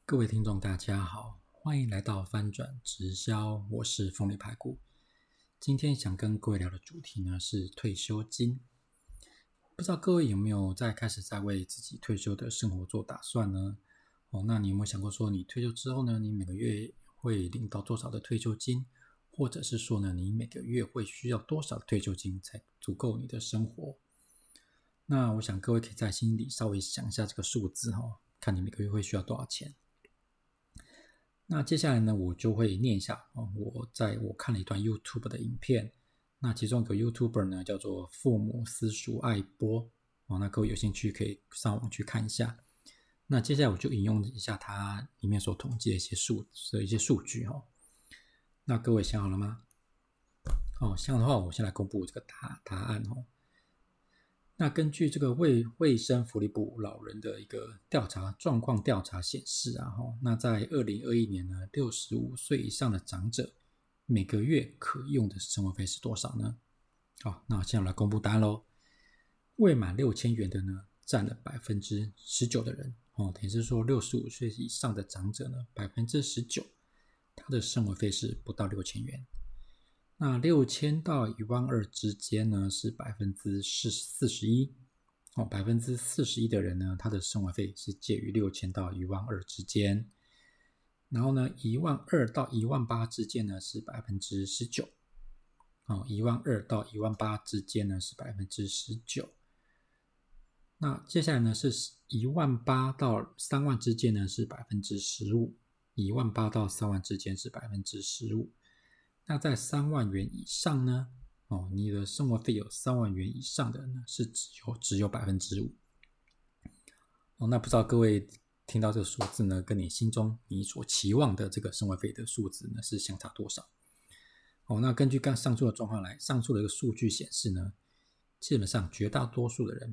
各位听众大家好，欢迎来到翻转直销，我是凤梨排骨。今天想跟各位聊的主题呢是退休金。不知道各位有没有开始为自己退休的生活做打算呢？那你有没有想过说你退休之后呢，你每个月会领到多少的退休金，或者是说呢，你每个月会需要多少的退休金才足够你的生活？那我想各位可以在心里稍微想一下这个数字，看你每个月会需要多少钱。那接下来呢，我就会念一下我看了一段 YouTube 的影片，那其中有个 YouTuber 呢叫做父母私塾爱播，那各位有兴趣可以上网去看一下。那接下来我就引用一下它里面所统计的一些数据。那各位想好了吗？这样的话我先来公布这个答案。那根据这个卫生福利部老人的一个状况调查显示那在2021年呢，65岁以上的长者每个月可用的生活费是多少呢？那我现在来公布答案咯。未满6000元的呢占了 19% 的人，等于是说65岁以上的长者呢 19% 他的生活费是不到6000元。那6000到12000之间呢是 41%， 41% 的人呢他的生活费是介于6000到12000之间。然后呢12000到18000之间呢是 19%， 12000到18000之间呢是 19%。 那接下来呢是18000到30000之间呢是 15%， 18000到30000之间是 15%。那在3万元以上呢，你的生活费有3万元以上的呢是只有 5%。那不知道各位听到这个数字呢，跟你心中你所期望的这个生活费的数字呢是相差多少？那根据上述的状况上述的一个数据显示呢，基本上绝大多数的人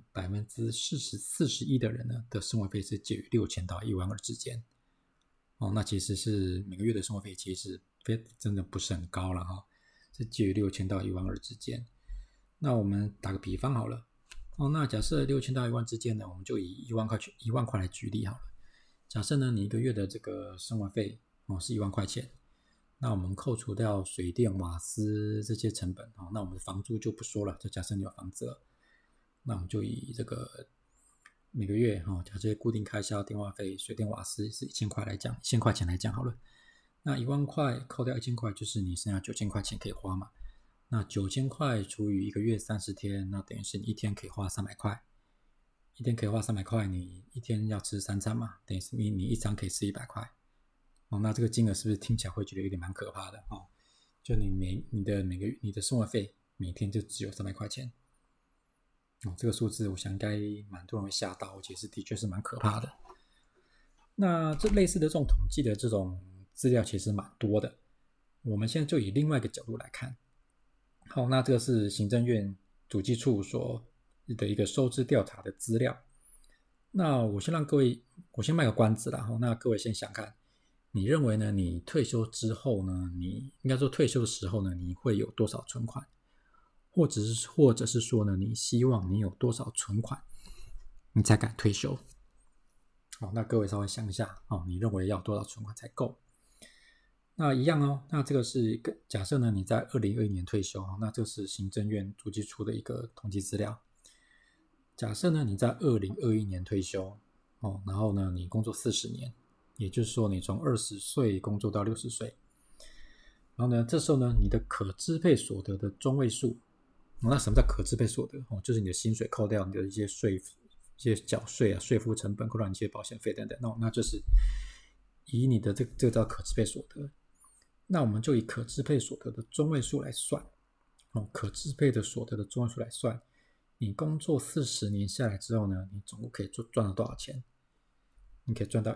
41%的人呢的生活费是介于6000到12000之间。那其实是每个月的生活费其实真的不是很高了是介于6000到12000之间。那我们打个比方好了，那假设6000到10000之间呢，我们就以1万块来举例好了。假设呢你一个月的这个生活费是1万块钱，那我们扣除掉水电瓦斯这些成本，那我们的房租就不说了，就假设你有房子了，那我们就以这个每个月假设固定开销电话费水电瓦斯是1000块来讲，1000块钱来讲好了，那1万块扣掉1000块就是你剩下9000块钱可以花嘛。那9000块除以一个月30天，那等于是你一天可以花300块，一天可以花300块，你一天要吃3餐嘛，等于是你一餐可以吃100块。那这个金额是不是听起来会觉得有点蛮可怕的？就你的生活费每天就只有300块钱。这个数字我想应该蛮多人会吓到，而且的确是蛮可怕的。那这类似的这种统计的这种资料其实蛮多的，我们现在就以另外一个角度来看。好，那这个是行政院主计处所的一个收支调查的资料。那我先卖个关子啦，那各位先想看，你认为呢？你退休之后呢？你应该说退休的时候呢，你会有多少存款？或者是说呢，你希望你有多少存款，你才敢退休？那各位稍微想一下你认为要多少存款才够？那一样那这个是假设呢你在2021年退休，那这是行政院主计处的一个统计资料。假设呢你在2021年退休然后呢你工作40年，也就是说你从20岁工作到60岁，然后呢这时候呢你的可支配所得的中位数，那什么叫可支配所得？就是你的薪水扣掉你的一些税、一些缴税啊、税负成本，扣掉你一些保险费等等，那就是以你的这个叫可支配所得。那我们就以可支配所得的中位数来算，可支配的所得的中位数来算，你工作40年下来之后呢，你总共可以赚到多少钱？你可以赚到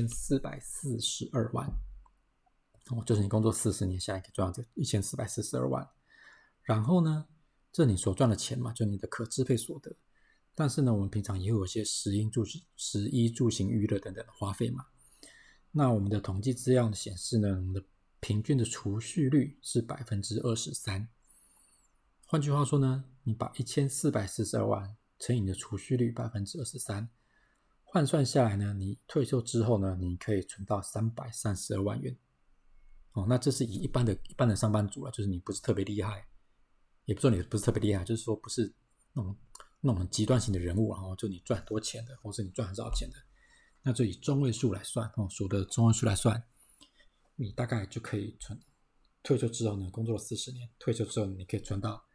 1442万，就是你工作40年下来可以赚到这1442万。然后呢，这你所赚的钱嘛，就你的可支配所得。但是呢，我们平常也有一些食衣住行娱乐等等的花费嘛。那我们的统计资料显示呢，我们的平均的储蓄率是 23%。 换句话说呢，你把1442万乘以你的储蓄率 23%， 换算下来呢，你退休之后呢，你可以存到332万元。那这是以一般的上班族就是你不是特别厉害，也不说你不是特别厉害，就是说不是那种很极端型的人物就你赚很多钱的，或是你赚很少钱的，那就以中位数来算所得中位数来算，你大概就可以退休之后呢，工作了40年，退休之后你可以存到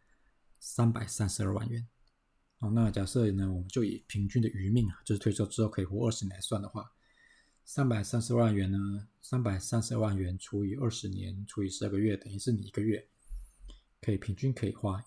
332万元。那假设呢，我们就以平均的余命就是退休之后可以活20年来算的话，330万元呢，332万元除以20年除以12个月，等于是你一个月平均可以花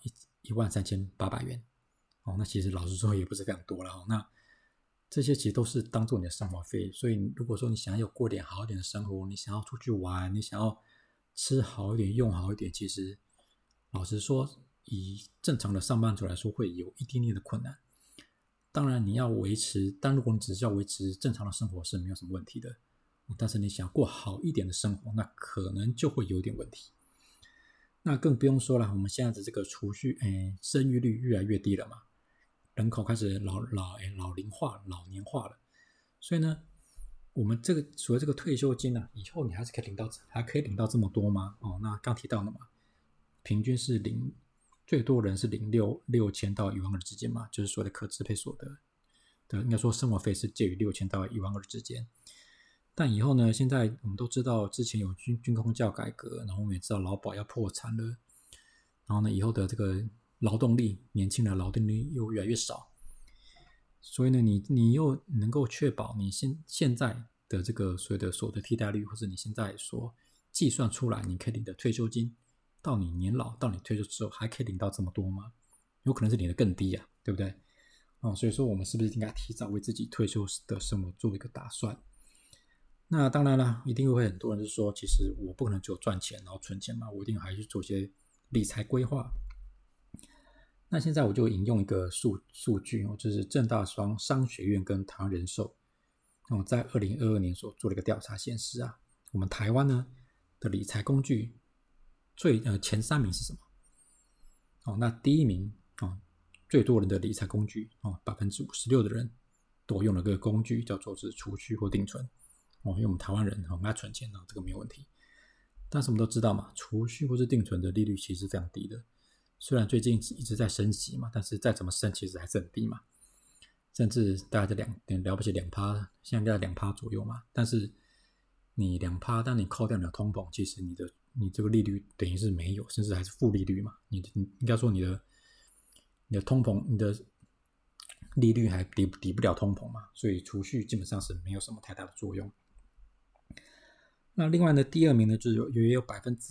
13800元。那其实老实说也不是非常多了。那这些其实都是当做你的生活费，所以如果说你想要过点好一点的生活，你想要出去玩，你想要吃好一点用好一点，其实老实说以正常的上班族来说会有一点点的困难。当然你要维持，但如果你只是要维持正常的生活是没有什么问题的，但是你想过好一点的生活，那可能就会有点问题。那更不用说了，我们现在的这个储蓄生育率越来越低了嘛，人口开始老龄化、老年化了，所以呢，我们这个所谓这个退休金以后你还可以领到这么多吗？那刚提到的嘛，平均是最多人是领6000到12000之间嘛，就是所谓的可支配所得的，应该说生活费是介于6000到12000之间。但以后呢，现在我们都知道之前有军公教改革，然后我们也知道劳保要破产了，然后呢，以后的这个劳动力，年轻的劳动力又越来越少，所以呢，你又能够确保你现在的这个所谓的所得替代率，或者你现在所计算出来你可以领的退休金，到你年老到你退休之后还可以领到这么多吗？有可能是领的更低对不对？所以说我们是不是应该提早为自己退休的生活做一个打算？那当然了，一定会很多人就说，其实我不可能只有赚钱然后存钱嘛，我一定还去做一些理财规划。那现在我就引用一个数据就是政大商学院跟台湾人寿在2022年所做的一个调查显示我们台湾呢的理财工具前3名是什么？那第一名最多人的理财工具56%的人都用了个工具叫做是储蓄或定存。因为我们台湾人很爱存钱这个没有问题。但是我们都知道嘛，储蓄或是定存的利率其实非常低的，虽然最近一直在升息嘛，但是再怎么升其实还是很低嘛，甚至大概在了不起 2%， 现在在 2% 左右嘛。但是你 2%， 但你扣掉你的通膨，其实你这个利率等于是没有，甚至还是负利率嘛。你应该说你的通膨，你的利率还抵不了通膨嘛，所以储蓄基本上是没有什么太大的作用。那另外呢，第2名呢，就是也有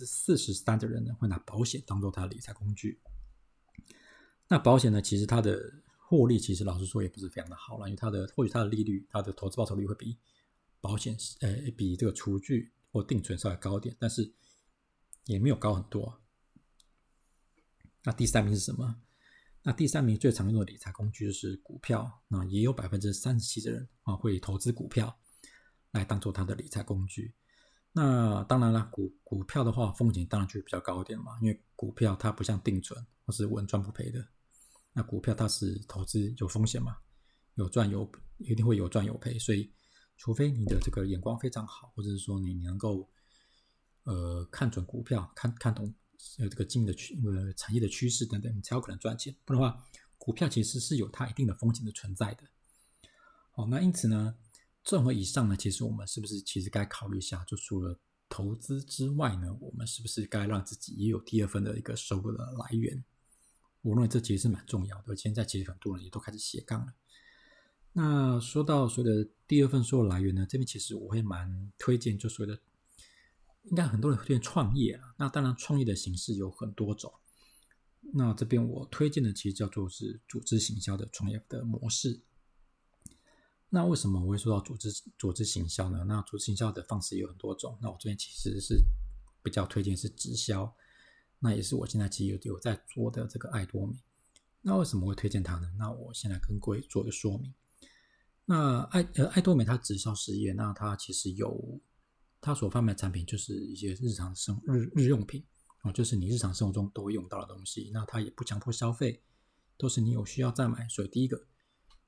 43% 的人呢会拿保险当做他的理财工具。那保险呢，其实它的获利其实老实说也不是非常的好了，因为或许它的利率，它的投资报酬率会比保险比这个储蓄或定存稍微高一点，但是也没有高很多。那第3名是什么？那第3名最常用的理财工具就是股票，那也有 37% 的人会投资股票来当做他的理财工具。那当然了，股票的话风险当然就比较高一点嘛，因为股票它不像定存或是稳赚不赔的。那股票它是投资有风险嘛，一定会有赚有赔，所以除非你的这个眼光非常好，或者是说你能够看准股票，看懂这个产业的趋势等等，你才有可能赚钱。不然的话，股票其实是有它一定的风险的存在的。那因此呢，综合以上呢，其实我们是不是其实该考虑一下，就除了投资之外呢，我们是不是该让自己也有第2份的一个收入的来源？我认为这其实是蛮重要的。现在其实很多人也都开始斜杠了。那说到所谓的第2份收入来源呢，这边其实我会蛮推荐，就所谓的应该很多人会推荐创业那当然创业的形式有很多种。那这边我推荐的其实叫做是组织行销的创业的模式。那为什么我会说到组织行销呢？那组织行销的方式有很多种，那我这边其实是比较推荐是直销，那也是我现在其实有在做的这个爱多美。那为什么会推荐它呢？那我先来跟各位做个说明。那爱多美它直销事业，那它其实它所贩卖的产品就是一些日用品就是你日常生活中都会用到的东西。那它也不强迫消费，都是你有需要再买。所以第一个，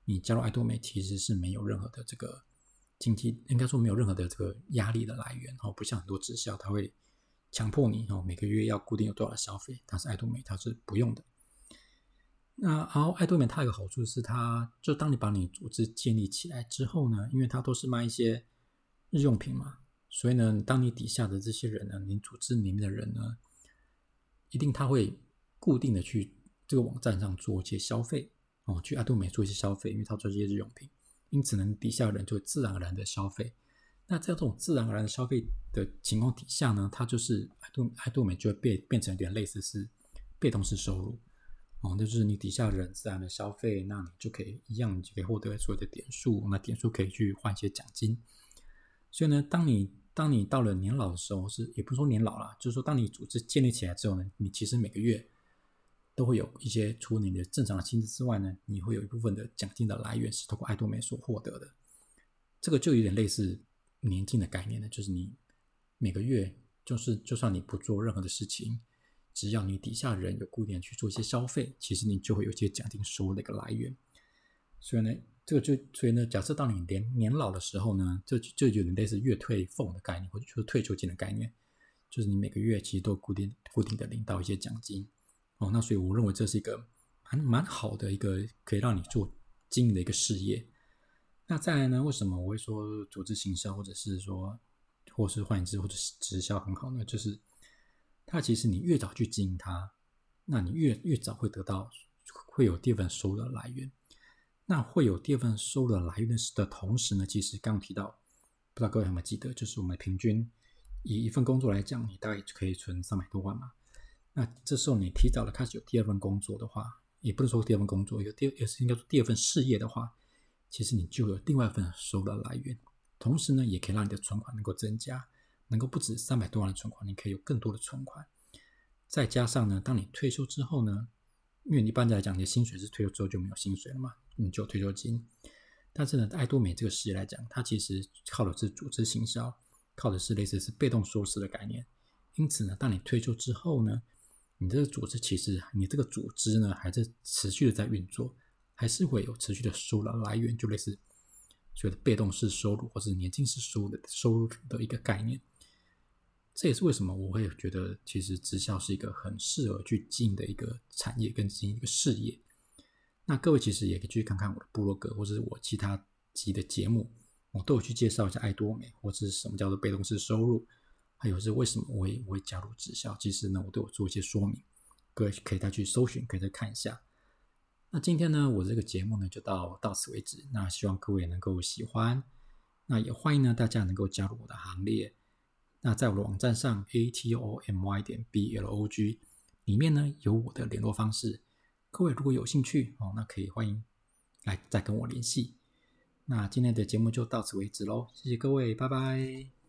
你加入爱多美其实是没有任何的这个经济，应该说没有任何的这个压力的来源不像很多直销，它会强迫你每个月要固定有多少的消费，但是爱多美它是不用的。那然后爱多美它有个好处是，它就当你把你组织建立起来之后呢，因为它都是卖一些日用品嘛，所以呢，当你底下的这些人呢，你组织里面的人呢，一定他会固定的去这个网站上做一些消费去爱多美做一些消费，因为它做这些日用品，因此呢，底下的人就会自然而然的消费。那在这种自然而然的消费的情况底下呢，它就是爱多美就会变成有点类似是被动式收入那就是你底下的人自然的消费，那你就可以一样，你就可以获得所有的点数，那点数可以去换一些奖金。所以呢，当你到了年老的时候，也不是说年老啦，就是说当你组织建立起来之后呢，你其实每个月都会有一些除你的正常的薪资之外呢，你会有一部分的奖金的来源是透过爱多美所获得的。这个就有点类似年金的概念了，就是你每个月就算你不做任何的事情，只要你底下人有固定去做一些消费，其实你就会有一些奖金收入的一个来源。所以呢，假设当你年老的时候呢，就有点类似月退俸的概念，或者说退休金的概念，就是你每个月其实都固定的领到一些奖金那所以我认为这是一个蛮好的一个可以让你做经营的一个事业。那再来呢，为什么我会说组织行销或是换言之或者是直销很好呢？就是它其实你越早去经营它，那你越早会有第二份收入的来源。那会有第二份收入的来源的同时呢，其实刚刚提到，不知道各位有没有记得，就是我们平均以一份工作来讲，你大概可以存300多万嘛。那这时候你提早的开始有第二份工作的话，也不能说第二份工作，也是应该说第二份事业的话，其实你就有另外一份收入的来源。同时呢，也可以让你的存款能够增加，能够不止300多万的存款，你可以有更多的存款。再加上呢，当你退休之后呢，因为一般来讲，你的薪水是退休之后就没有薪水了嘛，你就有退休金。但是呢，爱多美这个事业来讲，它其实靠的是组织行销，靠的是类似是被动收入的概念。因此呢，当你退休之后呢，你这个组织其实你这个组织呢还是持续的在运作，还是会有持续的收入来源，就类似所谓的被动式收入或是年金式收入的一个概念。这也是为什么我会觉得其实直销是一个很适合去经营的一个产业跟经营一个事业。那各位其实也可以去看看我的部落格或者是我其他集的节目，我都有去介绍一下爱多美或者是什么叫做被动式收入，还有是为什么我会加入直销，其实呢我都有做一些说明，各位可以再去搜寻，可以再看一下。那今天呢我这个节目呢就到此为止，那希望各位能够喜欢，那也欢迎呢大家能够加入我的行列。那在我的网站上 atomy.blog 里面呢有我的联络方式，各位如果有兴趣那可以欢迎来再跟我联系。那今天的节目就到此为止咯，谢谢各位，拜拜。